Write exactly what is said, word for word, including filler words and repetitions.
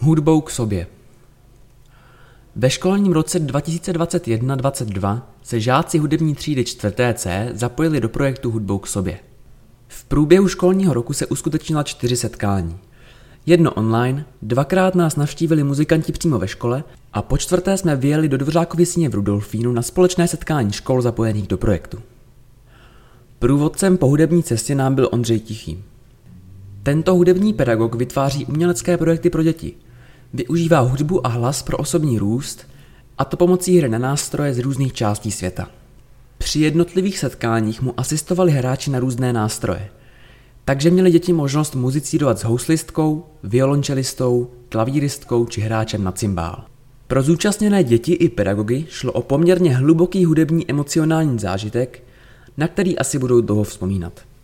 Hudbou k sobě. Ve školním roce dva tisíce dvacet jedna dvacet dva se žáci hudební třídy čtvrté C zapojili do projektu Hudbou k sobě. V průběhu školního roku se uskutečnila čtyři setkání. Jedno online, dvakrát nás navštívili muzikanti přímo ve škole a po čtvrté jsme vyjeli do Dvořákovy síně v Rudolfínu na společné setkání škol zapojených do projektu. Průvodcem po hudební cestě nám byl Ondřej Tichý. Tento hudební pedagog vytváří umělecké projekty pro děti. Využívá hudbu a hlas pro osobní růst, a to pomocí hry na nástroje z různých částí světa. Při jednotlivých setkáních mu asistovali hráči na různé nástroje, takže měli děti možnost muzicírovat s houslistkou, violončelistou, klavíristkou či hráčem na cymbál. Pro zúčastněné děti i pedagogy šlo o poměrně hluboký hudební emocionální zážitek, na který asi budou dlouho vzpomínat.